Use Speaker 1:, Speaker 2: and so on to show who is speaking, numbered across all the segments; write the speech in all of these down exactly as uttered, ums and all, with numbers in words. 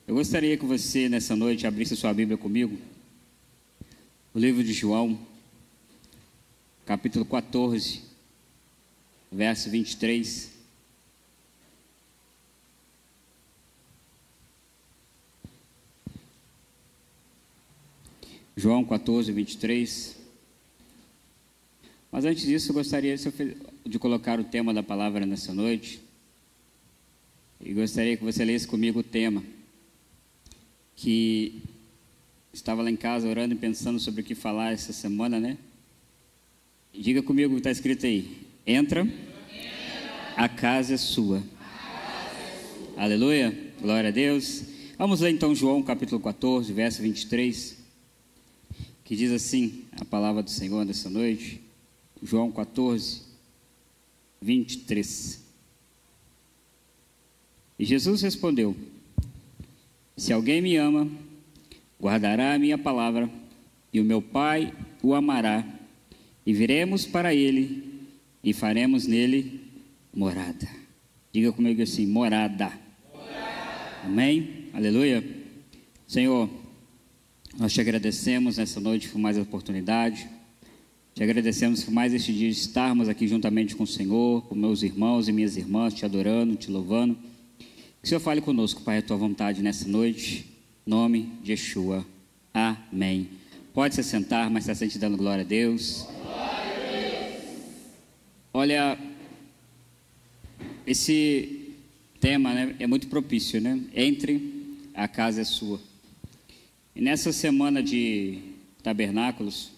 Speaker 1: Eu gostaria que você, nessa noite, abrisse sua Bíblia comigo. O livro de João, capítulo quatorze, verso vinte e três. João quatorze, vinte e três. Mas antes disso, eu gostaria de colocar o tema da palavra nessa noite. E gostaria que você lesse comigo o tema. Que estava lá em casa orando e pensando sobre o que falar essa semana, né? Diga comigo o que está escrito aí. Entra, a casa é sua. Aleluia, glória a Deus. Vamos ler então João capítulo quatorze, verso vinte e três. Que diz assim a palavra do Senhor nessa noite. João quatorze, vinte e três. E Jesus respondeu: se alguém me ama, guardará a minha palavra, e o meu Pai o amará, e viremos para ele, e faremos nele morada. Diga comigo assim, morada. Morada. Amém? Aleluia. Senhor, nós te agradecemos nessa noite por mais a oportunidade, te agradecemos por mais este dia de estarmos aqui juntamente com o Senhor, com meus irmãos e minhas irmãs, te adorando, te louvando. Que o Senhor fale conosco, Pai, a tua vontade nessa noite, em nome de Yeshua. Amém. Pode se sentar, mas está sempre dando glória a Deus. Glória a Deus. Olha, esse tema, né, é muito propício, né? Entre, a casa é sua. E nessa semana de tabernáculos,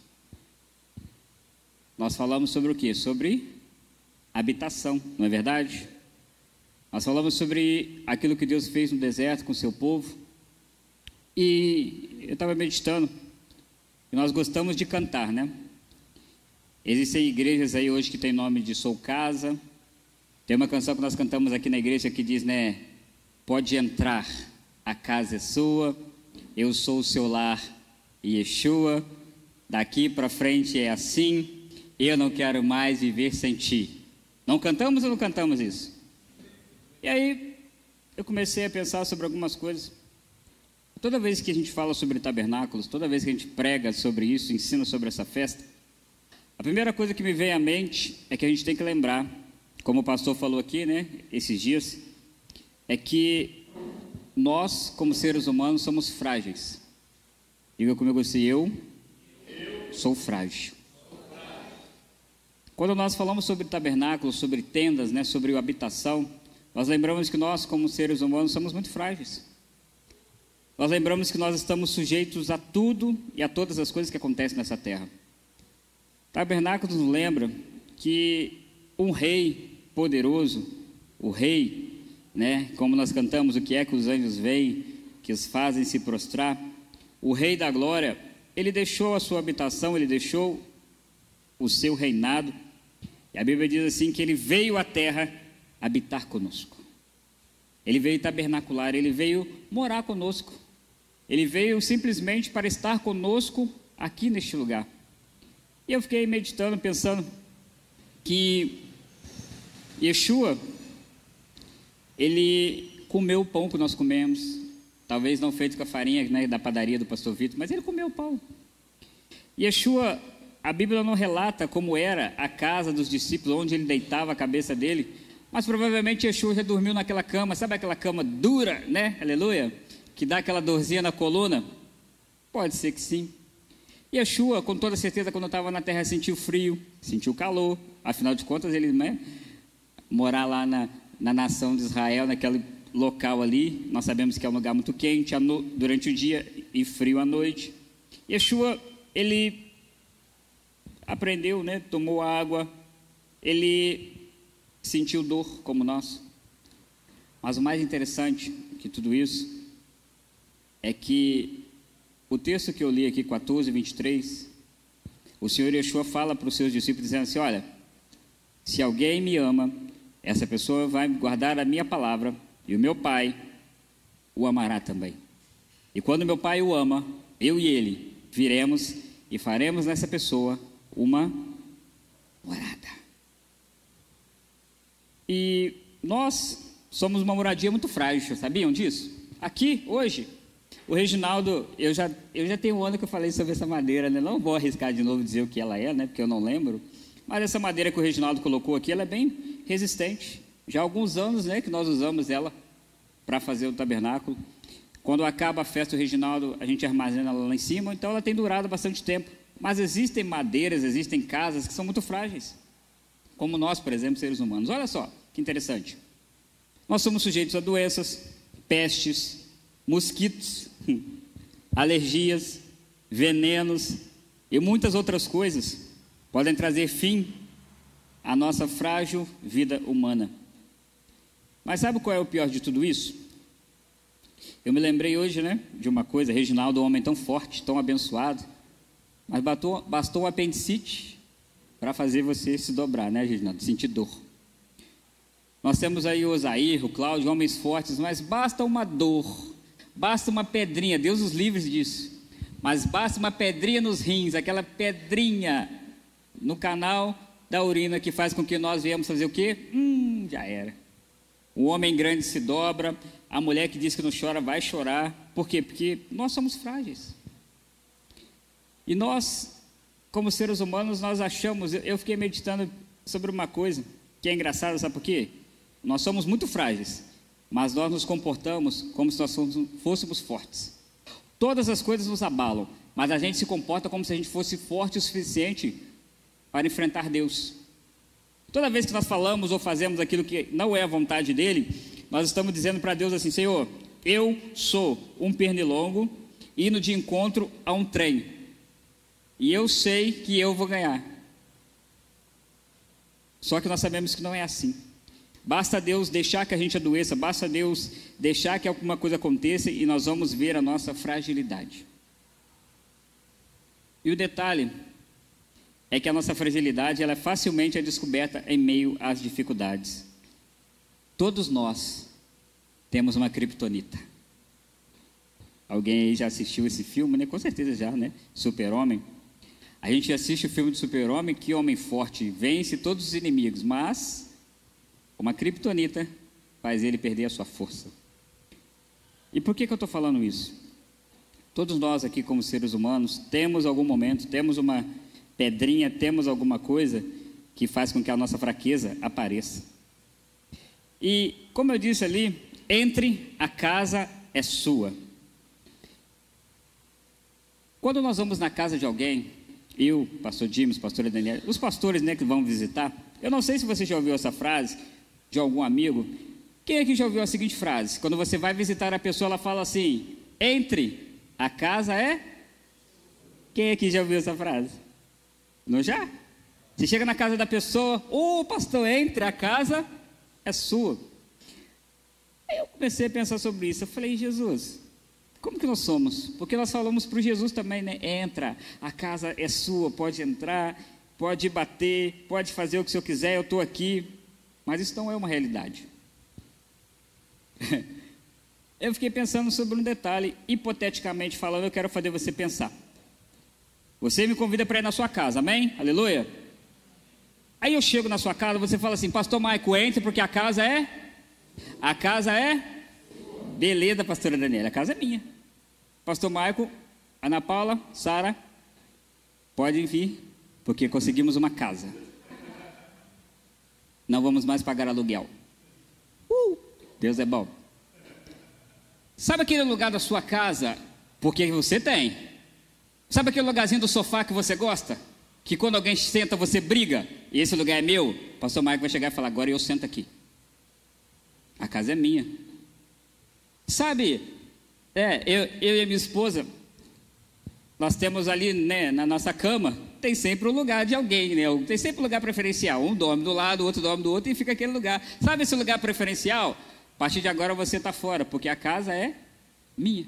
Speaker 1: nós falamos sobre o quê? Sobre habitação, não é verdade? Nós falamos sobre aquilo que Deus fez no deserto com o seu povo. E eu estava meditando, e nós gostamos de cantar, né? Existem igrejas aí hoje que tem nome de Sou Casa. Tem uma canção que nós cantamos aqui na igreja que diz, né? Pode entrar, a casa é sua, eu sou o seu lar, Yeshua. Daqui para frente é assim, eu não quero mais viver sem ti. Não cantamos ou não cantamos isso? E aí, eu comecei a pensar sobre algumas coisas. Toda vez que a gente fala sobre tabernáculos, toda vez que a gente prega sobre isso, ensina sobre essa festa, a primeira coisa que me vem à mente é que a gente tem que lembrar, como o pastor falou aqui, né, esses dias, é que nós, como seres humanos, somos frágeis. Diga comigo assim, eu, eu sou frágil. Quando nós falamos sobre tabernáculos, sobre tendas, né, sobre habitação, nós lembramos que nós, como seres humanos, somos muito frágeis. Nós lembramos que nós estamos sujeitos a tudo e a todas as coisas que acontecem nessa terra. Tabernáculos nos lembra que um rei poderoso, o rei, né, como nós cantamos, o que é que os anjos veem, que os fazem se prostrar, o rei da glória, ele deixou a sua habitação, ele deixou o seu reinado, e a Bíblia diz assim que ele veio à terra habitar conosco. Ele veio tabernacular, ele veio morar conosco. Ele veio simplesmente para estar conosco aqui neste lugar. E eu fiquei meditando, pensando que Yeshua, ele comeu o pão que nós comemos, talvez não feito com a farinha, né, da padaria do pastor Vitor, mas ele comeu o pão. Yeshua, a Bíblia não relata como era a casa dos discípulos, onde ele deitava a cabeça dele, mas provavelmente Yeshua já dormiu naquela cama, sabe aquela cama dura, né? Aleluia, que dá aquela dorzinha na coluna. Pode ser que sim. Yeshua, com toda certeza, quando estava na terra, sentiu frio, sentiu calor. Afinal de contas, ele, né, morar lá na, na nação de Israel, naquele local ali, nós sabemos que é um lugar muito quente no, durante o dia e frio à noite. Yeshua, ele aprendeu, né, tomou água, ele sentiu dor como nós. Mas o mais interessante que tudo isso é que o texto que eu li aqui, quatorze, vinte e três, o Senhor Yeshua fala para os seus discípulos dizendo assim, olha, se alguém me ama, essa pessoa vai guardar a minha palavra e o meu Pai o amará também. E quando meu Pai o ama, eu e ele viremos e faremos nessa pessoa uma morada. E nós somos uma moradia muito frágil, sabiam disso? Aqui, hoje, o Reginaldo, eu já, eu já tenho um ano que eu falei sobre essa madeira, né? Não vou arriscar de novo dizer o que ela é, né? Porque eu não lembro. Mas essa madeira que o Reginaldo colocou aqui, ela é bem resistente. Já há alguns anos, né, que nós usamos ela para fazer o tabernáculo. Quando acaba a festa do Reginaldo, a gente armazena ela lá em cima, então ela tem durado bastante tempo. Mas existem madeiras, existem casas que são muito frágeis, como nós, por exemplo, seres humanos. Olha só, que interessante. Nós somos sujeitos a doenças, pestes, mosquitos, alergias, venenos e muitas outras coisas podem trazer fim à nossa frágil vida humana. Mas sabe qual é o pior de tudo isso? Eu me lembrei hoje, né, de uma coisa. Reginaldo, um homem tão forte, tão abençoado, mas bastou, bastou um apendicite para fazer você se dobrar, né, Reginaldo? Sentir dor. Nós temos aí o Osair, o Cláudio, homens fortes, mas basta uma dor, basta uma pedrinha, Deus os livre disso, mas basta uma pedrinha nos rins, aquela pedrinha no canal da urina que faz com que nós viemos fazer o quê? Hum, já era. O homem grande se dobra, a mulher que diz que não chora vai chorar. Por quê? Porque nós somos frágeis. E nós, como seres humanos, nós achamos, eu fiquei meditando sobre uma coisa que é engraçada, sabe por quê? Nós somos muito frágeis, mas nós nos comportamos como se nós fôssemos fortes. Todas as coisas nos abalam, mas a gente se comporta como se a gente fosse forte o suficiente para enfrentar Deus. Toda vez que nós falamos ou fazemos aquilo que não é a vontade dele, nós estamos dizendo para Deus assim: Senhor, eu sou um pernilongo indo de encontro a um trem, e eu sei que eu vou ganhar. Só que nós sabemos que não é assim. Basta Deus deixar que a gente adoeça, basta Deus deixar que alguma coisa aconteça e nós vamos ver a nossa fragilidade. E o detalhe é que a nossa fragilidade, ela facilmente é descoberta em meio às dificuldades. Todos nós temos uma criptonita. Alguém aí já assistiu esse filme, né? Com certeza já, né? Super-Homem. A gente assiste o filme de Super-Homem, que homem forte vence todos os inimigos, mas uma criptonita faz ele perder a sua força. E por que que eu estou falando isso? Todos nós aqui, como seres humanos, temos algum momento, temos uma pedrinha, temos alguma coisa que faz com que a nossa fraqueza apareça. E, como eu disse ali, entre, a casa é sua. Quando nós vamos na casa de alguém, eu, pastor Dimas, pastora Daniela, os pastores, né, que vão visitar, eu não sei se você já ouviu essa frase de algum amigo. Quem aqui já ouviu a seguinte frase? Quando você vai visitar a pessoa, ela fala assim: entre, a casa é... Quem aqui já ouviu essa frase? Não já? Você chega na casa da pessoa: ô, pastor, entre, a casa é sua. Aí eu comecei a pensar sobre isso. Eu falei: Jesus, como que nós somos? Porque nós falamos para o Jesus também, né? Entra, a casa é sua, pode entrar, pode bater, pode fazer o que o Senhor quiser, eu estou aqui. Mas isso não é uma realidade. Eu fiquei pensando sobre um detalhe, hipoteticamente falando, eu quero fazer você pensar. Você me convida para ir na sua casa, amém? Aleluia. Aí eu chego na sua casa, você fala assim: pastor Maico, entre, porque a casa é... A casa é... Beleza, pastora Daniela, a casa é minha. Pastor Maico, Ana Paula, Sara, podem vir, porque conseguimos uma casa. Não vamos mais pagar aluguel. Uh, Deus é bom. Sabe aquele lugar da sua casa, porque você tem? Sabe aquele lugarzinho do sofá que você gosta? Que quando alguém senta, você briga, e esse lugar é meu? O pastor Maico vai chegar e falar: agora eu sento aqui. A casa é minha. Sabe, é, eu, eu e a minha esposa, nós temos ali, né, na nossa cama, tem sempre o lugar de alguém, né? Tem sempre um lugar preferencial. Um dorme do lado, o outro dorme do outro, e fica aquele lugar. Sabe esse lugar preferencial? A partir de agora você está fora, porque a casa é minha.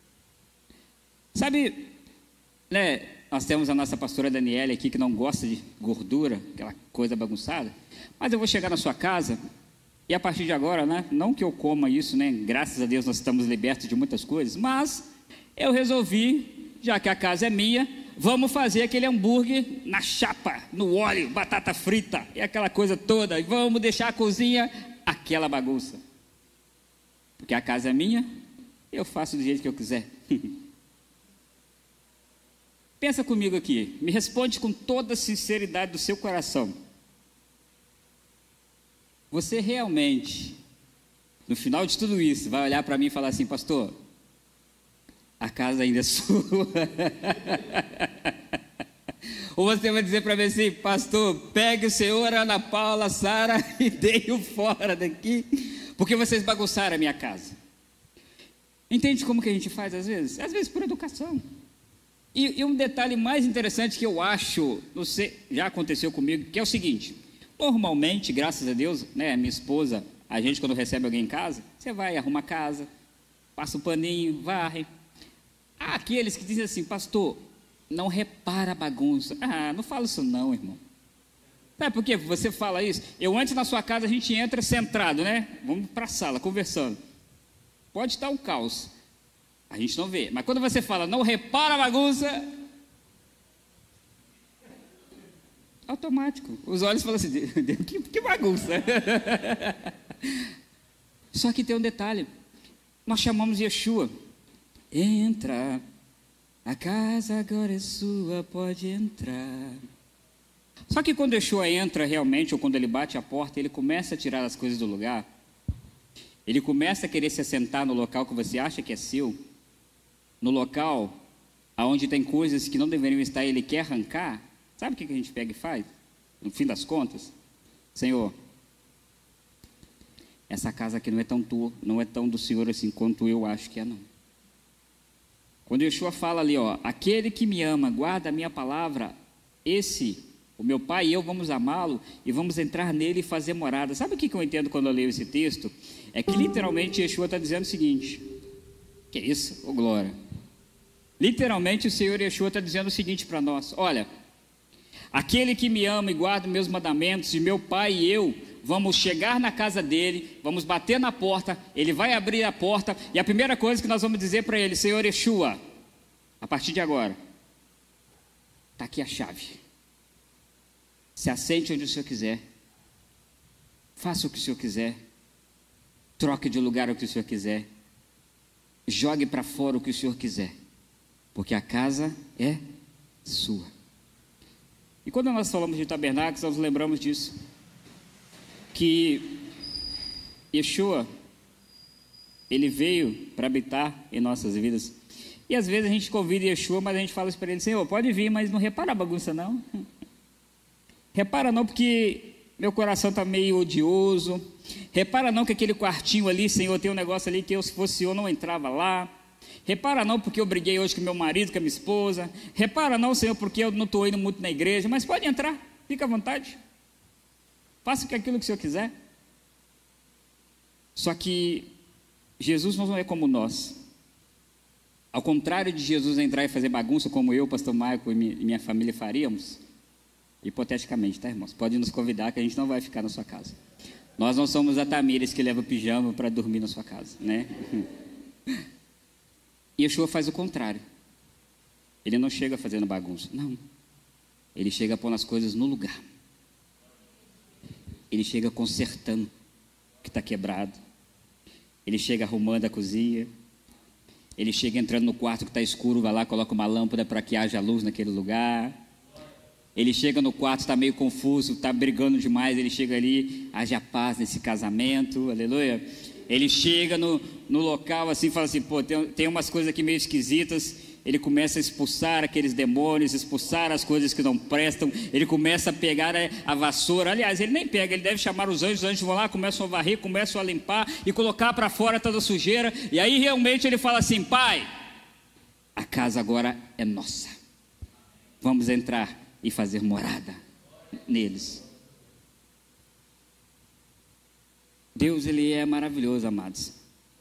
Speaker 1: Sabe, né, nós temos a nossa pastora Daniela aqui, que não gosta de gordura, aquela coisa bagunçada. Mas eu vou chegar na sua casa, e a partir de agora, né, não que eu coma isso, né, graças a Deus nós estamos libertos de muitas coisas, mas eu resolvi, já que a casa é minha, vamos fazer aquele hambúrguer na chapa, no óleo, batata frita, e aquela coisa toda, e vamos deixar a cozinha aquela bagunça. Porque a casa é minha, Eu faço do jeito que eu quiser. Pensa comigo aqui, me responde com toda a sinceridade do seu coração. Você realmente, no final de tudo isso, vai olhar para mim e falar assim: pastor, a casa ainda é sua? Ou você vai dizer para mim assim: pastor, pegue o senhor, Ana Paula, Sara e dei-o fora daqui, porque vocês bagunçaram a minha casa. Entende como que a gente faz às vezes? Às vezes por educação. E, e um detalhe mais interessante que eu acho, não sei, já aconteceu comigo, que é o seguinte: normalmente, graças a Deus, né, minha esposa, a gente quando recebe alguém em casa, você vai, arruma a casa, passa o paninho, varre. Há aqueles que dizem assim: pastor, não repara a bagunça. Ah, não fala isso não, irmão. Sabe por que você fala isso? Eu antes na sua casa a gente entra centrado, né? Vamos para a sala, conversando. Pode estar um caos, a gente não vê. Mas quando você fala, não repara a bagunça, automático. Os olhos falam assim: que, que bagunça. Só que tem um detalhe. Nós chamamos Yeshua. Entra, a casa agora é sua, pode entrar. Só que quando Yeshua entra realmente, ou quando ele bate a porta, ele começa a tirar as coisas do lugar. Ele começa a querer se assentar no local que você acha que é seu, no local onde tem coisas que não deveriam estar, ele quer arrancar. Sabe o que a gente pega e faz? No fim das contas, Senhor, essa casa aqui não é tão tua, não é tão do Senhor assim quanto eu acho que é, não. Quando Yeshua fala ali, ó, aquele que me ama, guarda a minha palavra, esse, o meu pai e eu vamos amá-lo e vamos entrar nele e fazer morada. Sabe o que eu entendo quando eu leio esse texto? É que literalmente Yeshua está dizendo o seguinte: que isso? Ô glória! Literalmente o Senhor Yeshua está dizendo o seguinte para nós: olha, aquele que me ama e guarda meus mandamentos, e meu pai e eu vamos chegar na casa dele, vamos bater na porta, ele vai abrir a porta, e a primeira coisa que nós vamos dizer para ele: Senhor Yeshua, a partir de agora, está aqui a chave, se assente onde o Senhor quiser, faça o que o Senhor quiser, troque de lugar o que o Senhor quiser, jogue para fora o que o Senhor quiser, porque a casa é sua. E quando nós falamos de tabernáculos, nós lembramos disso, que Yeshua, ele veio para habitar em nossas vidas. E às vezes a gente convida Yeshua, mas a gente fala para ele: Senhor, pode vir, mas não repara a bagunça não. Repara não, porque meu coração está meio odioso. Repara não que aquele quartinho ali, Senhor, tem um negócio ali que eu, se fosse Senhor, não entrava lá. Repara não porque eu briguei hoje com meu marido, com a minha esposa. Repara não, Senhor, porque eu não estou indo muito na igreja. Mas pode entrar, fica à vontade. Faça aquilo que o Senhor quiser. Só que Jesus não é como nós. Ao contrário de Jesus entrar e fazer bagunça, como eu, pastor Marco e minha família faríamos, hipoteticamente, tá, irmãos? Pode nos convidar que a gente não vai ficar na sua casa. Nós não somos a Tamires que leva pijama para dormir na sua casa, né? E Yeshua faz o contrário. Ele não chega fazendo bagunça, não. Ele chega pondo as coisas no lugar. Ele chega consertando o que está quebrado. Ele chega arrumando a cozinha. Ele chega entrando no quarto que está escuro, vai lá, coloca uma lâmpada para que haja luz naquele lugar. Ele chega no quarto, está meio confuso, está brigando demais, ele chega ali, haja paz nesse casamento, aleluia. Ele chega no, no local assim, fala assim: pô, tem, tem umas coisas aqui meio esquisitas. Ele começa a expulsar aqueles demônios, expulsar as coisas que não prestam. Ele começa a pegar a, a vassoura. Aliás, ele nem pega, ele deve chamar os anjos. Os anjos vão lá, começam a varrer, começam a limpar e colocar para fora toda a sujeira. E aí realmente ele fala assim: Pai, a casa agora é nossa. Vamos entrar e fazer morada neles. Deus, ele é maravilhoso, amados.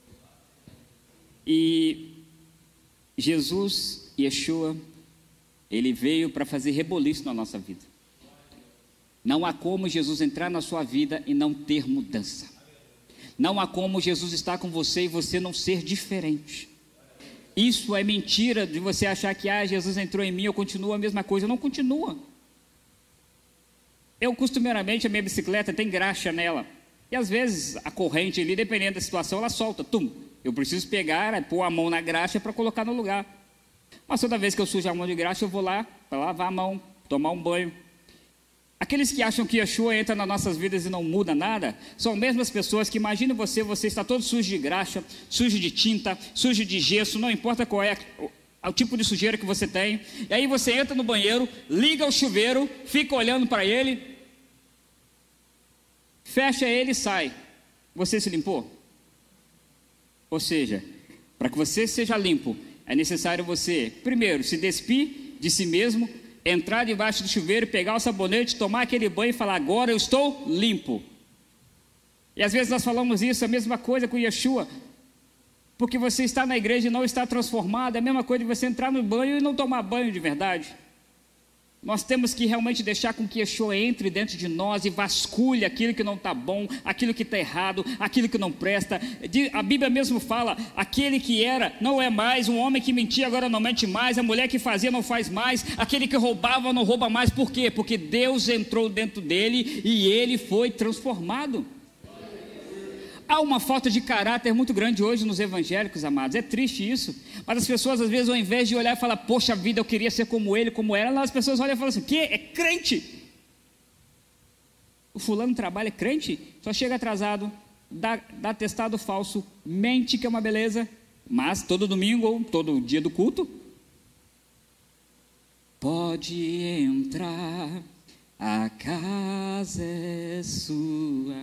Speaker 1: E Jesus, Yeshua, ele veio para fazer reboliço na nossa vida. Não há como Jesus entrar na sua vida e não ter mudança. Não há como Jesus estar com você e você não ser diferente. Isso é mentira de você achar que ah, Jesus entrou em mim, eu continuo a mesma coisa. Não continua. Eu, costumeiramente, a minha bicicleta tem graxa nela. E às vezes a corrente ali, dependendo da situação, ela solta, tum. Eu preciso pegar, pôr a mão na graxa para colocar no lugar. Mas toda vez que eu sujo a mão de graxa, eu vou lá para lavar a mão, tomar um banho. Aqueles que acham que Yeshua entra nas nossas vidas e não muda nada, são as mesmas pessoas que, imagina você, você está todo sujo de graxa, sujo de tinta, sujo de gesso, não importa qual é o, o tipo de sujeira que você tem, e aí você entra no banheiro, liga o chuveiro, fica olhando para ele, fecha ele e sai. Você se limpou? Ou seja, para que você seja limpo, é necessário você, primeiro, se despir de si mesmo, entrar debaixo do chuveiro, pegar o sabonete, tomar aquele banho e falar, agora eu estou limpo. E às vezes nós falamos isso, a mesma coisa com Yeshua, porque você está na igreja e não está transformado, é a mesma coisa de você entrar no banho e não tomar banho de verdade. Nós temos que realmente deixar com que Yeshua entre dentro de nós e vasculhe aquilo que não está bom, aquilo que está errado, aquilo que não presta. A Bíblia mesmo fala, aquele que era não é mais, um homem que mentia agora não mente mais, a mulher que fazia não faz mais, aquele que roubava não rouba mais. Por quê? Porque Deus entrou dentro dele e ele foi transformado. Há uma falta de caráter muito grande hoje nos evangélicos, amados, é triste isso, mas as pessoas às vezes ao invés de olhar e falar, poxa vida, eu queria ser como ele, como era, as pessoas olham e falam assim, o quê? É crente? O fulano trabalha, é crente? Só chega atrasado, dá, dá atestado falso, mente que é uma beleza, mas todo domingo ou todo dia do culto, pode entrar, a casa é sua.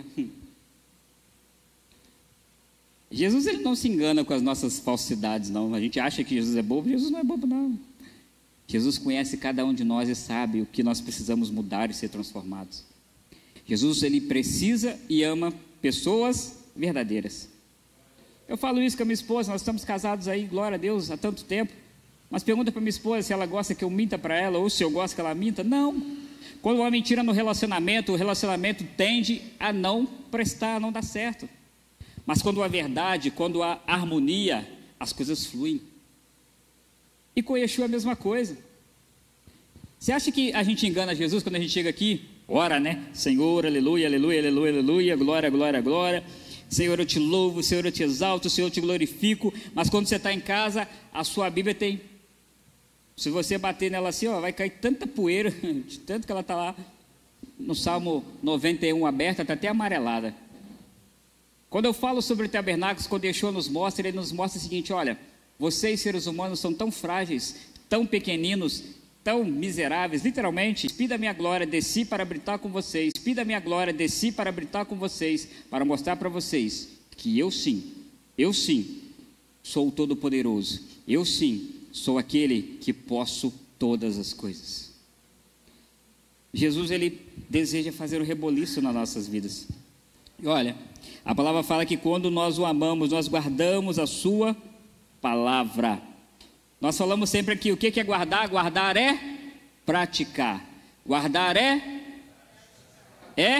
Speaker 1: Jesus ele não se engana com as nossas falsidades, não. A gente acha que Jesus é bobo, Jesus não é bobo, não. Jesus conhece cada um de nós e sabe o que nós precisamos mudar e ser transformados. Jesus ele precisa e ama pessoas verdadeiras. Eu falo isso com a minha esposa, nós estamos casados aí, glória a Deus, há tanto tempo. Mas pergunta para minha esposa se ela gosta que eu minta para ela ou se eu gosto que ela minta. Não. Quando há mentira no relacionamento, o relacionamento tende a não prestar, a não dar certo. Mas quando há verdade, quando há harmonia, as coisas fluem. E com Yeshua a mesma coisa. Você acha que a gente engana Jesus quando a gente chega aqui? Ora, né? Senhor, aleluia, aleluia, aleluia, aleluia, glória, glória, glória. Senhor, eu te louvo, Senhor, eu te exalto, Senhor, eu te glorifico. Mas quando você está em casa, a sua Bíblia tem... Se você bater nela assim, ó, vai cair tanta poeira, de tanto que ela está lá. No Salmo noventa e um aberta, está até amarelada. Quando eu falo sobre tabernáculos, quando Yeshua nos mostra, ele nos mostra o seguinte, olha, vocês seres humanos são tão frágeis, tão pequeninos, tão miseráveis, literalmente, espi da minha glória, desci para habitar com vocês, espi da minha glória, desci para habitar com vocês, para mostrar para vocês que eu sim, eu sim, sou o Todo-Poderoso, eu sim, sou aquele que posso todas as coisas. Jesus, ele deseja fazer o reboliço nas nossas vidas. E olha, a palavra fala que quando nós o amamos, nós guardamos a sua palavra. Nós falamos sempre aqui, o que é guardar? Guardar é praticar. Guardar é? É?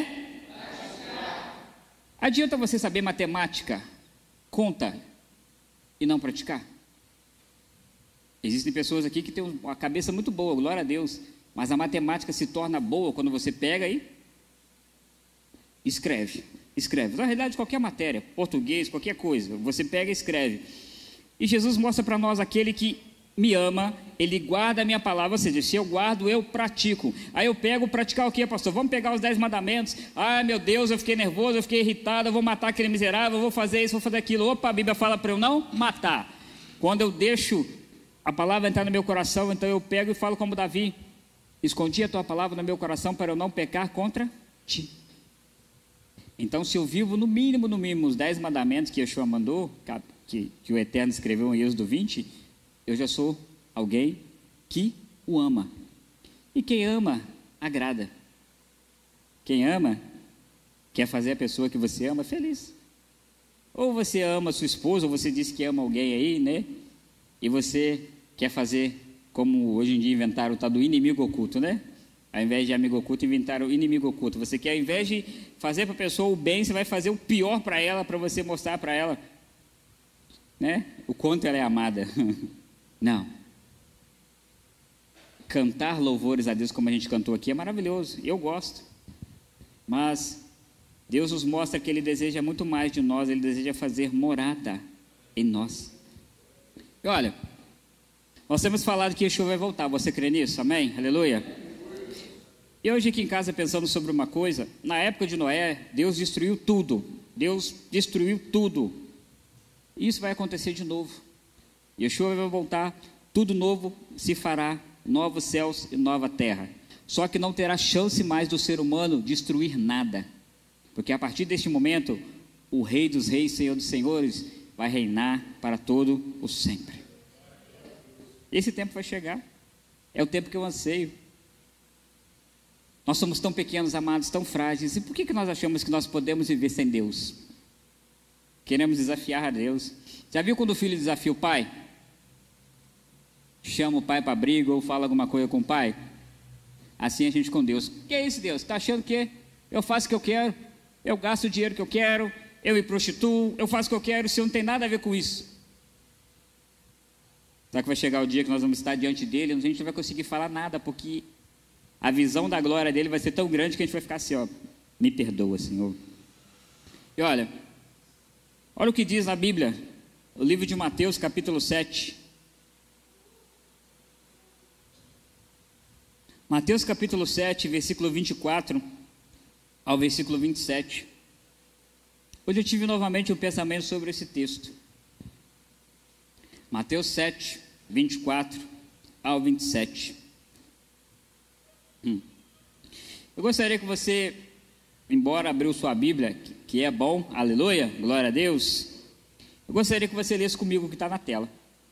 Speaker 1: Adianta você saber matemática, conta e não praticar? Existem pessoas aqui que têm uma cabeça muito boa, glória a Deus, mas a matemática se torna boa quando você pega e escreve. Escreve, na realidade qualquer matéria, português, qualquer coisa, você pega e escreve. E Jesus mostra para nós aquele que me ama, ele guarda a minha palavra, ou seja, se eu guardo, eu pratico. Aí eu pego, praticar o que, pastor? Vamos pegar os dez mandamentos. Ah, meu Deus, eu fiquei nervoso, eu fiquei irritado, eu vou matar aquele miserável, eu vou fazer isso, vou fazer aquilo. Opa, a Bíblia fala para eu não matar. Quando eu deixo a palavra entrar no meu coração, então eu pego e falo como Davi, escondi a tua palavra no meu coração para eu não pecar contra ti. Então, se eu vivo no mínimo, no mínimo, os dez mandamentos que Yeshua mandou, que, que o Eterno escreveu em Êxodo vinte, eu já sou alguém que o ama. E quem ama, agrada. Quem ama, quer fazer a pessoa que você ama feliz. Ou você ama a sua esposa, ou você disse que ama alguém aí, né? E você quer fazer, como hoje em dia inventaram o tal do inimigo oculto, né? Ao invés de amigo oculto, inventaram o inimigo oculto. Você quer, ao invés de fazer para a pessoa o bem, você vai fazer o pior para ela, para você mostrar para ela, né, o quanto ela é amada. Não. Cantar louvores a Deus como a gente cantou aqui é maravilhoso, eu gosto. Mas Deus nos mostra que Ele deseja muito mais de nós, Ele deseja fazer morada em nós. E olha, nós temos falado que Yeshua vai voltar, você crê nisso? Amém? Aleluia. E hoje aqui em casa pensando sobre uma coisa, na época de Noé, Deus destruiu tudo, Deus destruiu tudo, e isso vai acontecer de novo. Yeshua vai voltar, tudo novo se fará, novos céus e nova terra, só que não terá chance mais do ser humano destruir nada, porque a partir deste momento, o Rei dos Reis, Senhor dos Senhores, vai reinar para todo o sempre. Esse tempo vai chegar, é o tempo que eu anseio. Nós somos tão pequenos, amados, tão frágeis, e por que, que nós achamos que nós podemos viver sem Deus? Queremos desafiar a Deus. Já viu quando o filho desafia o pai? Chama o pai para briga ou fala alguma coisa com o pai? Assim a gente com Deus. Que é isso, Deus? Está achando que eu faço o que eu quero, eu gasto o dinheiro que eu quero, eu me prostituo, eu faço o que eu quero, o Senhor não tem nada a ver com isso. Será que vai chegar o dia que nós vamos estar diante dele, a gente não vai conseguir falar nada, porque a visão da glória dele vai ser tão grande que a gente vai ficar assim, ó, me perdoa, Senhor. E olha, olha o que diz na Bíblia, o livro de Mateus, capítulo sete. Mateus capítulo sete, versículo vinte e quatro ao versículo vinte e sete. Hoje eu tive novamente um pensamento sobre esse texto. Mateus sete, vinte e quatro ao vinte e sete. Hum. Eu gostaria que você, embora abriu sua Bíblia, que é bom, aleluia, glória a Deus, eu gostaria que você lesse comigo o que está na tela.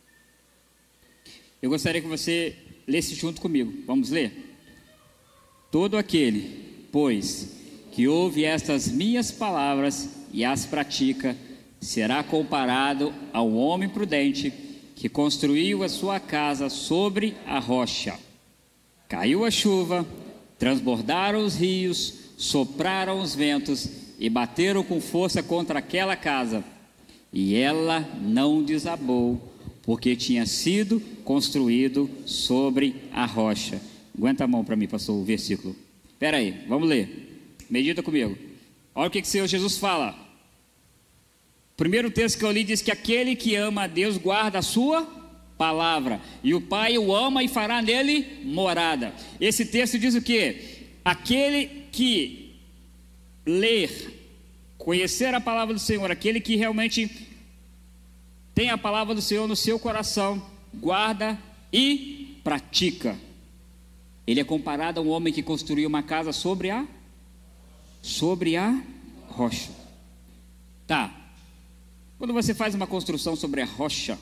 Speaker 1: Eu gostaria que você lesse junto comigo. Vamos ler? Todo aquele, pois, que ouve estas minhas palavras e as pratica, será comparado ao homem prudente que construiu a sua casa sobre a rocha. Caiu a chuva, transbordaram os rios, sopraram os ventos e bateram com força contra aquela casa, e ela não desabou, porque tinha sido construído sobre a rocha. Aguenta a mão para mim, pastor, o versículo. Espera aí, vamos ler. Medita comigo. Olha o que, que o Senhor Jesus fala. O primeiro texto que eu li diz que aquele que ama a Deus guarda a sua palavra, e o Pai o ama e fará nele morada. Esse texto diz o quê? Aquele que ler, conhecer a palavra do Senhor, aquele que realmente tem a palavra do Senhor no seu coração, guarda e pratica. Ele é comparado a um homem que construiu uma casa sobre a sobre a rocha. Tá. Quando você faz uma construção sobre a rocha,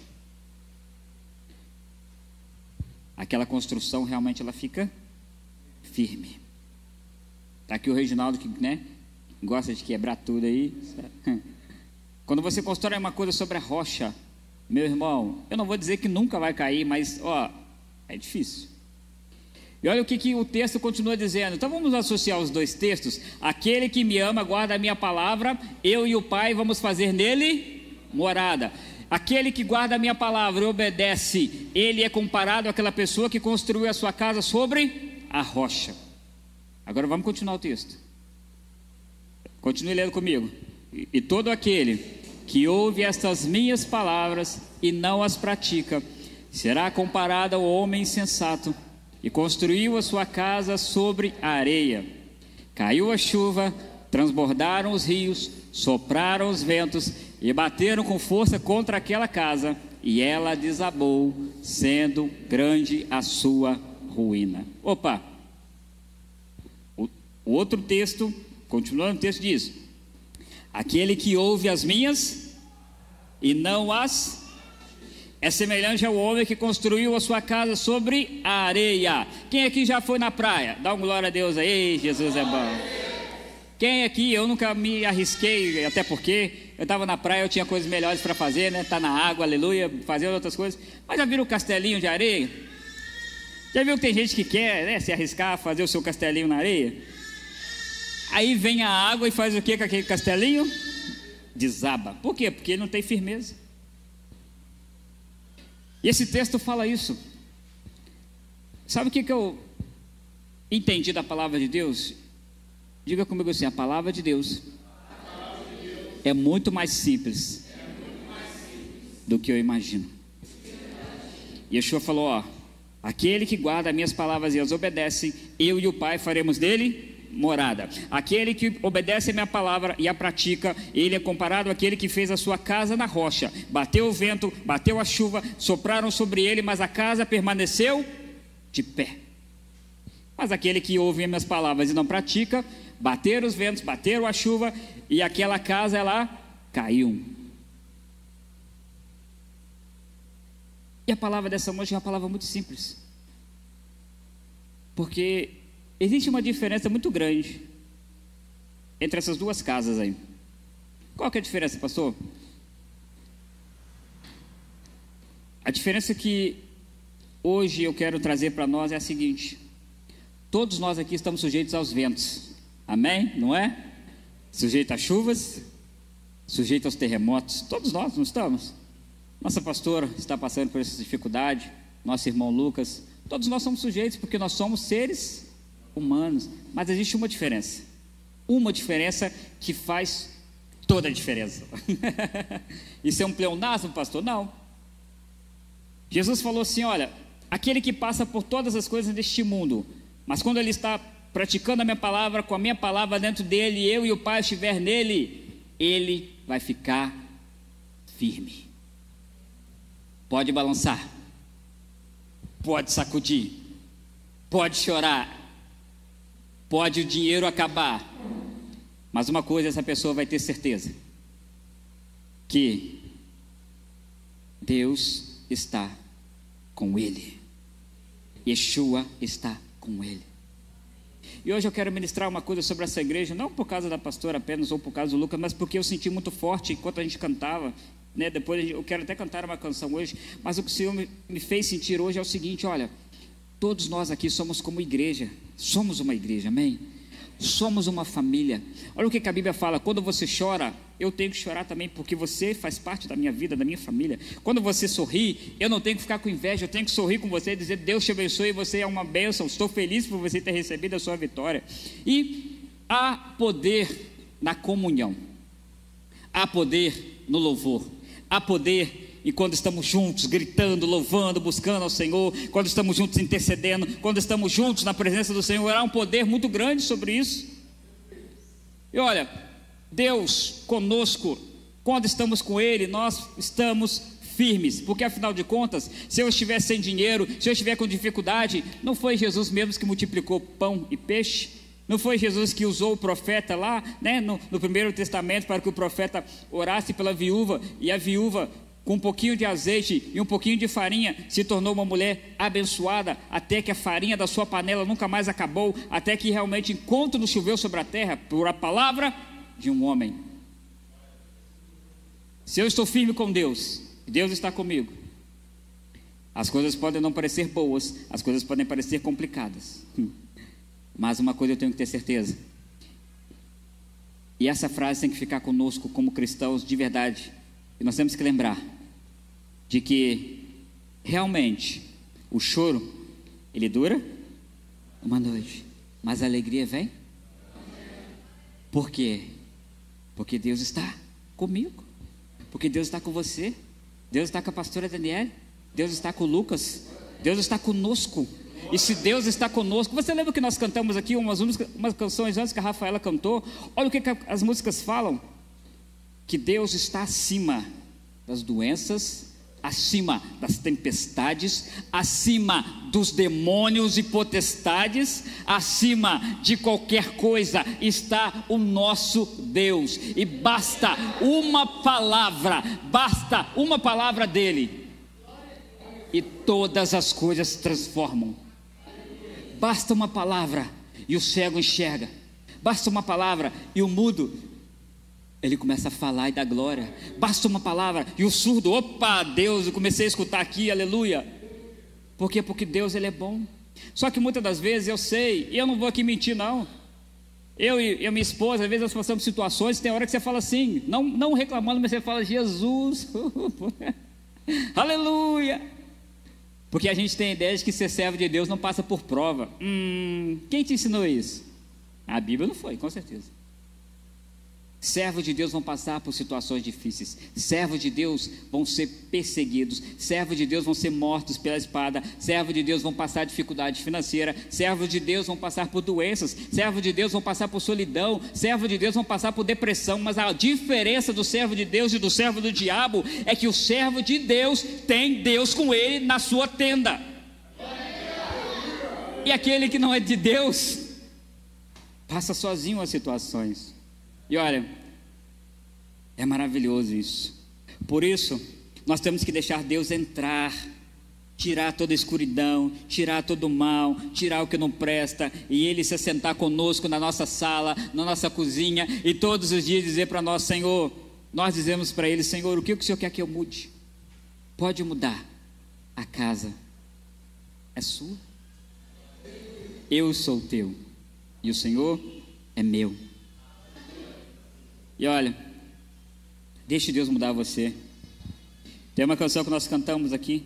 Speaker 1: aquela construção realmente ela fica firme. Tá aqui o Reginaldo que, né, gosta de quebrar tudo aí. Quando você constrói uma coisa sobre a rocha, meu irmão, eu não vou dizer que nunca vai cair, mas ó, é difícil. E olha o que, que o texto continua dizendo. Então vamos associar os dois textos. Aquele que me ama guarda a minha palavra, eu e o Pai vamos fazer nele morada. Aquele que guarda a minha palavra e obedece, ele é comparado àquela pessoa que construiu a sua casa sobre a rocha. Agora vamos continuar o texto. Continue lendo comigo. E, e todo aquele que ouve estas minhas palavras e não as pratica, será comparado ao homem insensato, e construiu a sua casa sobre a areia. Caiu a chuva, transbordaram os rios, sopraram os ventos e bateram com força contra aquela casa, e ela desabou, sendo grande a sua ruína. Opa! O, o outro texto, continuando o texto diz: aquele que ouve as minhas e não as é semelhante ao homem que construiu a sua casa sobre a areia. Quem aqui já foi na praia? Dá um glória a Deus aí, Jesus é bom. Quem aqui, eu nunca me arrisquei, até porque eu estava na praia, eu tinha coisas melhores para fazer, né? Tá na água, aleluia, fazendo outras coisas. Mas já viram o castelinho de areia? Já viu que tem gente que quer, né, se arriscar, fazer o seu castelinho na areia? Aí vem a água e faz o que com aquele castelinho? Desaba. Por quê? Porque ele não tem firmeza. E esse texto fala isso. Sabe o que, que eu entendi da palavra de Deus? Diga comigo assim: a palavra de Deus, a palavra de Deus é muito mais simples, é muito mais simples do que eu imagino. Yeshua falou, ó, aquele que guarda as minhas palavras e as obedece, eu e o Pai faremos dele morada. Aquele que obedece a minha palavra e a pratica, ele é comparado àquele que fez a sua casa na rocha. Bateu o vento, bateu a chuva, sopraram sobre ele, mas a casa permaneceu de pé. Mas aquele que ouve as minhas palavras e não pratica, bateram os ventos, bateram a chuva, e aquela casa, ela caiu. E a palavra dessa noite é uma palavra muito simples, porque existe uma diferença muito grande entre essas duas casas aí. Qual que é a diferença, pastor? A diferença que hoje eu quero trazer para nós é a seguinte: todos nós aqui estamos sujeitos aos ventos, amém? Não é? Sujeito às chuvas, sujeito aos terremotos, todos nós não estamos? Nossa pastora está passando por essa dificuldade, nosso irmão Lucas, todos nós somos sujeitos, porque nós somos seres humanos. Mas existe uma diferença, uma diferença que faz toda a diferença. Isso é um pleonasmo, pastor? Não. Jesus falou assim, olha, aquele que passa por todas as coisas deste mundo, mas quando ele está praticando a minha palavra, com a minha palavra dentro dele, eu e o Pai estiver nele, ele vai ficar firme. Pode balançar, pode sacudir, pode chorar, pode o dinheiro acabar, mas uma coisa essa pessoa vai ter certeza, que Deus está com ele, Yeshua está com ele. E hoje eu quero ministrar uma coisa sobre essa igreja, não por causa da pastora apenas, ou por causa do Lucas, mas porque eu senti muito forte enquanto a gente cantava, né? Depois eu quero até cantar uma canção hoje, mas o que o Senhor me, me fez sentir hoje é o seguinte: olha, todos nós aqui somos como igreja, somos uma igreja, amém? Somos uma família. Olha o que, que a Bíblia fala: quando você chora, eu tenho que chorar também, porque você faz parte da minha vida, da minha família. Quando você sorri, eu não tenho que ficar com inveja, eu tenho que sorrir com você e dizer: Deus te abençoe, você é uma bênção, estou feliz por você ter recebido a sua vitória. E há poder na comunhão, há poder no louvor, há poder e quando estamos juntos, gritando, louvando, buscando ao Senhor, quando estamos juntos intercedendo, quando estamos juntos na presença do Senhor, há um poder muito grande sobre isso. E olha, Deus conosco, quando estamos com Ele, nós estamos firmes, porque afinal de contas, se eu estiver sem dinheiro, se eu estiver com dificuldade, não foi Jesus mesmo que multiplicou pão e peixe? Não foi Jesus que usou o profeta lá, né, no, no primeiro testamento, para que o profeta orasse pela viúva, e a viúva, com um pouquinho de azeite e um pouquinho de farinha, se tornou uma mulher abençoada, até que a farinha da sua panela nunca mais acabou, até que realmente enquanto não choveu sobre a terra, por a palavra de um homem. Se eu estou firme com Deus, Deus está comigo, as coisas podem não parecer boas, as coisas podem parecer complicadas, mas uma coisa eu tenho que ter certeza, e essa frase tem que ficar conosco como cristãos de verdade. E nós temos que lembrar de que realmente o choro, ele dura uma noite, mas a alegria vem. Por quê? Porque Deus está comigo, porque Deus está com você, Deus está com a pastora Daniele, Deus está com o Lucas, Deus está conosco. E se Deus está conosco, você lembra que nós cantamos aqui umas, umas canções antes que a Rafaela cantou? Olha o que, que as músicas falam: que Deus está acima das doenças, acima das tempestades, acima dos demônios e potestades, acima de qualquer coisa está o nosso Deus, e basta uma palavra, basta uma palavra dele, e todas as coisas se transformam. Basta uma palavra e o cego enxerga, basta uma palavra e o mudo, ele começa a falar e dar glória. Basta uma palavra e o surdo, opa, Deus, eu comecei a escutar aqui, aleluia. Por quê? Porque Deus, ele é bom. Só que muitas das vezes eu sei, e eu não vou aqui mentir não, eu e eu, minha esposa, às vezes nós passamos situações, tem hora que você fala assim, não, não reclamando, mas você fala: Jesus, aleluia. Porque a gente tem a ideia de que ser servo de Deus não passa por prova. Hum, quem te ensinou isso? A Bíblia não foi, com certeza. Servos de Deus vão passar por situações difíceis. Servos de Deus vão ser perseguidos. Servos de Deus vão ser mortos pela espada. Servos de Deus vão passar dificuldade financeira. Servos de Deus vão passar por doenças. Servos de Deus vão passar por solidão. Servos de Deus vão passar por depressão. Mas a diferença do servo de Deus e do servo do diabo é que o servo de Deus tem Deus com ele na sua tenda. E aquele que não é de Deus passa sozinho as situações. E olha, é maravilhoso isso. Por isso, nós temos que deixar Deus entrar, tirar toda a escuridão, tirar todo o mal, tirar o que não presta, e Ele se assentar conosco na nossa sala, na nossa cozinha, e todos os dias dizer para nós: Senhor, nós dizemos para Ele: Senhor, o que o Senhor quer que eu mude? Pode mudar, a casa é sua, eu sou teu, e o Senhor é meu. E olha, deixe Deus mudar você. Tem uma canção que nós cantamos aqui.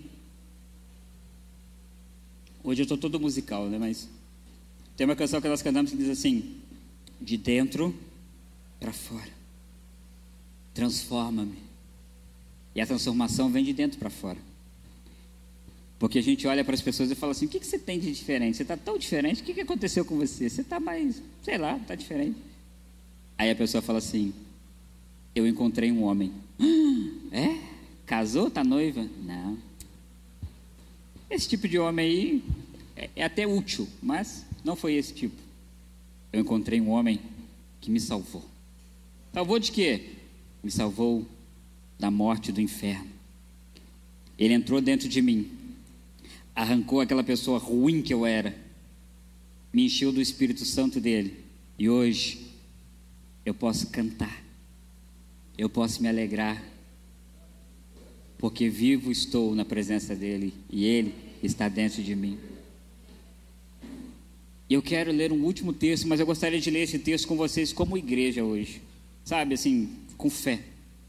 Speaker 1: Hoje eu estou todo musical, né? Mas tem uma canção que nós cantamos que diz assim: de dentro para fora, transforma-me. E a transformação vem de dentro para fora. Porque a gente olha para as pessoas e fala assim: o que, que você tem de diferente? Você está tão diferente, o que, que aconteceu com você? Você está mais, sei lá, está diferente. Aí a pessoa fala assim: eu encontrei um homem. É? Casou? Está noiva? Não. Esse tipo de homem aí é, é até útil, mas não foi esse tipo. Eu encontrei um homem que me salvou. Salvou de quê? Me salvou da morte do inferno. Ele entrou dentro de mim, arrancou aquela pessoa ruim que eu era, me encheu do Espírito Santo dele, e hoje eu posso cantar, eu posso me alegrar, porque vivo estou na presença dele, e ele está dentro de mim. E eu quero ler um último texto, mas eu gostaria de ler esse texto com vocês como igreja hoje, sabe, assim, com fé.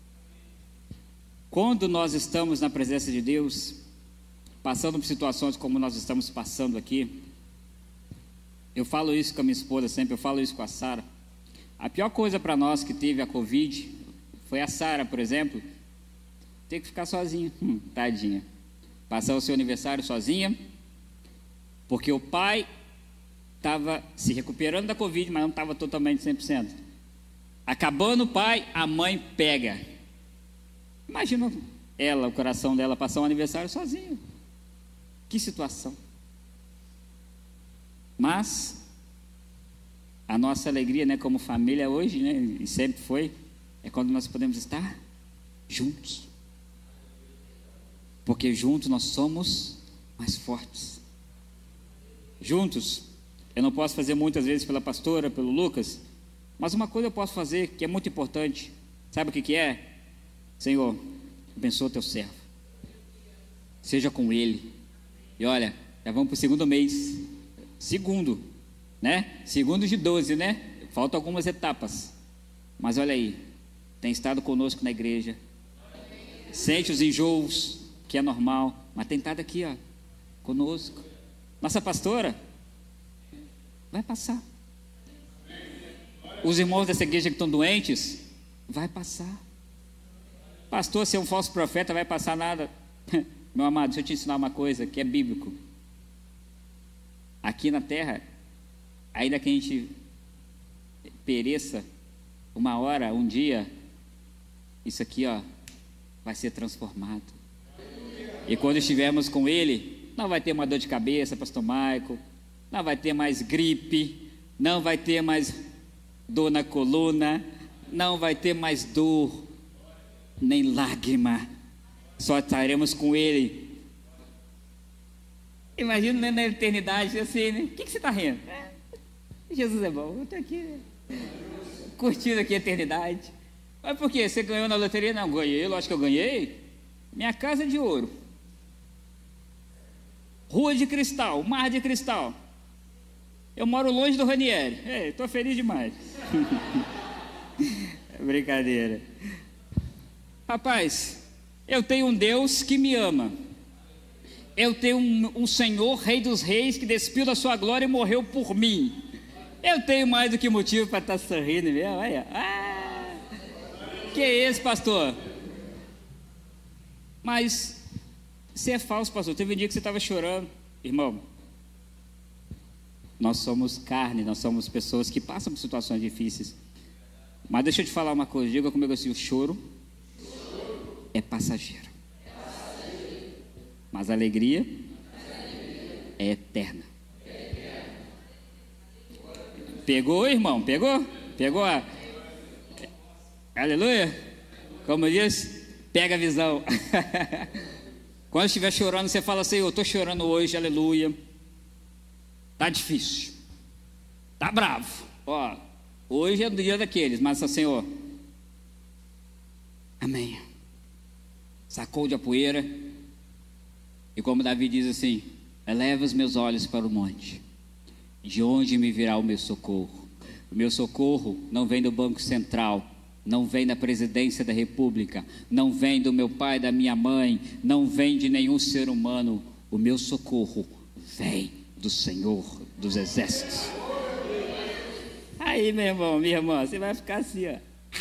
Speaker 1: Quando nós estamos na presença de Deus, passando por situações como nós estamos passando aqui, eu falo isso com a minha esposa sempre, eu falo isso com a Sara. A pior coisa para nós que teve a Covid foi a Sara, por exemplo, ter que ficar sozinha, hum, tadinha, passar o seu aniversário sozinha, porque o pai estava se recuperando da Covid, mas não estava totalmente cem por cento. Acabando o pai, a mãe pega. Imagina ela, o coração dela, passar um aniversário sozinha. Que situação. Mas a nossa alegria, né, como família hoje, né, e sempre foi, é quando nós podemos estar juntos. Porque juntos nós somos mais fortes. Juntos, eu não posso fazer muitas vezes pela pastora, pelo Lucas, mas uma coisa eu posso fazer que é muito importante. Sabe o que que é? Senhor, abençoa o teu servo, seja com ele. E olha, já vamos para o segundo mês, segundo, né? Segundo de doze, né? Faltam algumas etapas, mas olha aí, tem estado conosco na igreja, sente os enjoos, que é normal, mas tem estado aqui, ó, conosco. Nossa pastora vai passar. Os irmãos dessa igreja que estão doentes, vai passar. Pastor, se é um falso profeta, vai passar nada. Meu amado, deixa eu te ensinar uma coisa que é bíblico. Aqui na terra, ainda que a gente pereça, uma hora, um dia, isso aqui, ó, vai ser transformado. E quando estivermos com ele, não vai ter uma dor de cabeça, pastor Michael, não vai ter mais gripe, não vai ter mais dor na coluna, não vai ter mais dor, nem lágrima, só estaremos com ele. Imagina na eternidade assim, né? O que, que você está rindo? É, Jesus é bom, eu estou aqui, né? Curtindo aqui a eternidade. Mas por quê? Você ganhou na loteria? Não, ganhei, lógico que eu ganhei. Minha casa é de ouro, rua de cristal, mar de cristal. Eu moro longe do Ranieri. Estou feliz demais. Brincadeira. Rapaz, eu tenho um Deus que me ama. Eu tenho um, um Senhor, Rei dos Reis, que despiu da sua glória e morreu por mim. Eu tenho mais do que motivo para estar sorrindo mesmo. Olha, ah, que é esse, pastor? Mas você é falso, pastor. Teve um dia que você estava chorando. Irmão, nós somos carne, nós somos pessoas que passam por situações difíceis. Mas deixa eu te falar uma coisa, diga comigo assim: o choro é passageiro, mas a alegria é eterna. Pegou, irmão? Pegou? Pegou a... Aleluia? Como diz, pega a visão. Quando estiver chorando, você fala assim: eu estou chorando hoje, aleluia. Tá difícil, tá bravo. Ó, hoje é o dia daqueles, mas Senhor, amém. Sacou de a poeira. E como Davi diz assim: eleva os meus olhos para o monte, de onde me virá o meu socorro? O meu socorro não vem do Banco Central, não vem da presidência da República, não vem do meu pai, da minha mãe, não vem de nenhum ser humano. O meu socorro vem do Senhor dos Exércitos. Aí, meu irmão, minha irmã, você vai ficar assim, ó.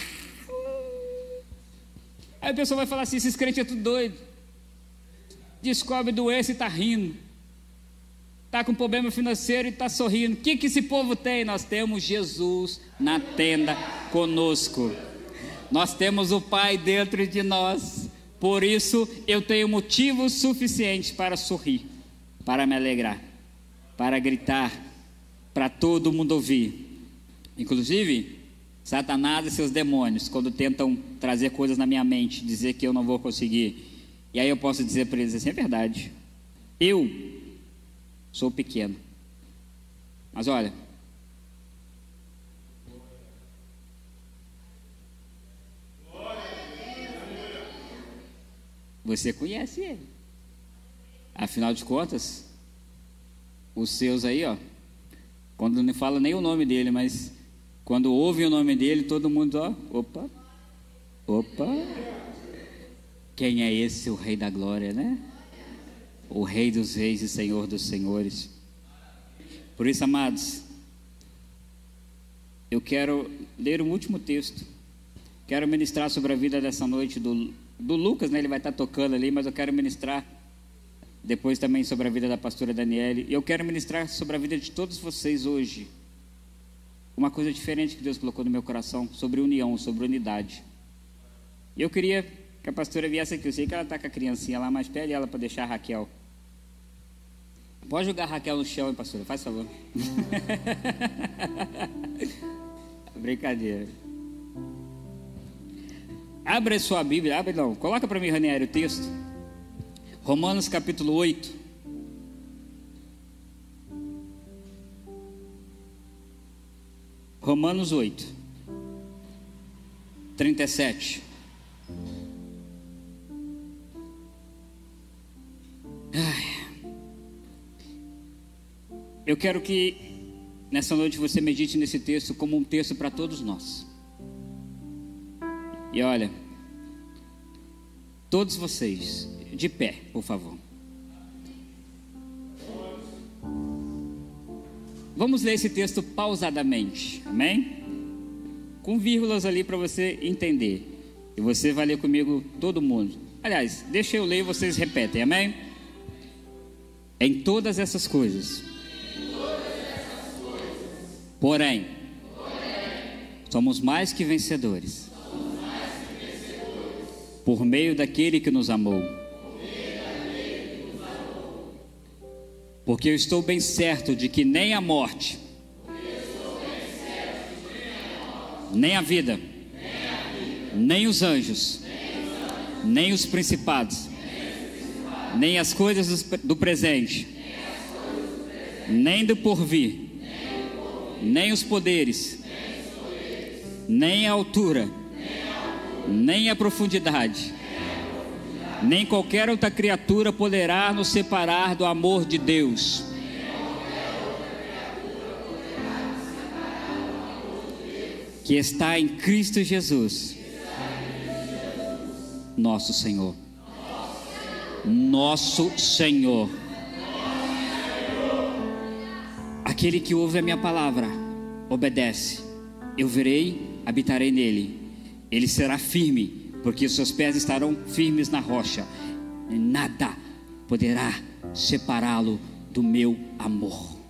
Speaker 1: Aí a pessoa vai falar assim: esses crentes é tudo doido, descobre doença e está rindo, está com problema financeiro e está sorrindo. O que que esse povo tem? Nós temos Jesus na tenda conosco, nós temos o Pai dentro de nós. Por isso eu tenho motivo suficiente para sorrir, para me alegrar, para gritar, para todo mundo ouvir. Inclusive Satanás e seus demônios, quando tentam trazer coisas na minha mente, dizer que eu não vou conseguir, e aí eu posso dizer para eles assim: é verdade, eu sou pequeno, mas olha, você conhece ele, afinal de contas, os seus aí, ó, quando não fala nem o nome dele, mas quando ouve o nome dele, todo mundo, ó, opa, opa, quem é esse, o Rei da Glória, né? O Rei dos Reis e Senhor dos Senhores. Por isso, amados, eu quero ler um último texto. Quero ministrar sobre a vida dessa noite do, do Lucas, né? Ele vai estar tocando ali, mas eu quero ministrar depois também sobre a vida da pastora Daniele. E eu quero ministrar sobre a vida de todos vocês hoje. Uma coisa diferente que Deus colocou no meu coração, sobre união, sobre unidade. E eu queria que a pastora viesse aqui. Eu sei que ela está com a criancinha lá, mas pede ela para deixar a Raquel. Pode jogar a Raquel no chão, hein, pastora? Faz favor. Brincadeira. Abre a sua Bíblia. Abre não. Coloca para mim, Ranieri, o texto. Romanos capítulo oito. Romanos oito, trinta e sete. Ai. Eu quero que nessa noite você medite nesse texto como um texto para todos nós. E olha, todos vocês, de pé, por favor. Vamos ler esse texto pausadamente, amém? Com vírgulas ali para você entender. E você vai ler comigo, todo mundo. Aliás, deixa eu ler e vocês repetem, amém? Em todas essas coisas, porém, somos mais que vencedores, por meio daquele que nos amou. Porque eu estou bem certo de que nem a morte, nem a vida, nem os anjos, nem os principados, nem as coisas do presente, nem do porvir, nem os poderes, nem a altura, nem a profundidade, nem qualquer outra criatura poderá nos separar do amor de Deus, que está em Cristo Jesus, nosso Senhor. Nosso Senhor. Aquele que ouve a minha palavra, obedece, eu verei, habitarei nele, ele será firme, porque os seus pés estarão firmes na rocha, e nada poderá separá-lo do meu amor.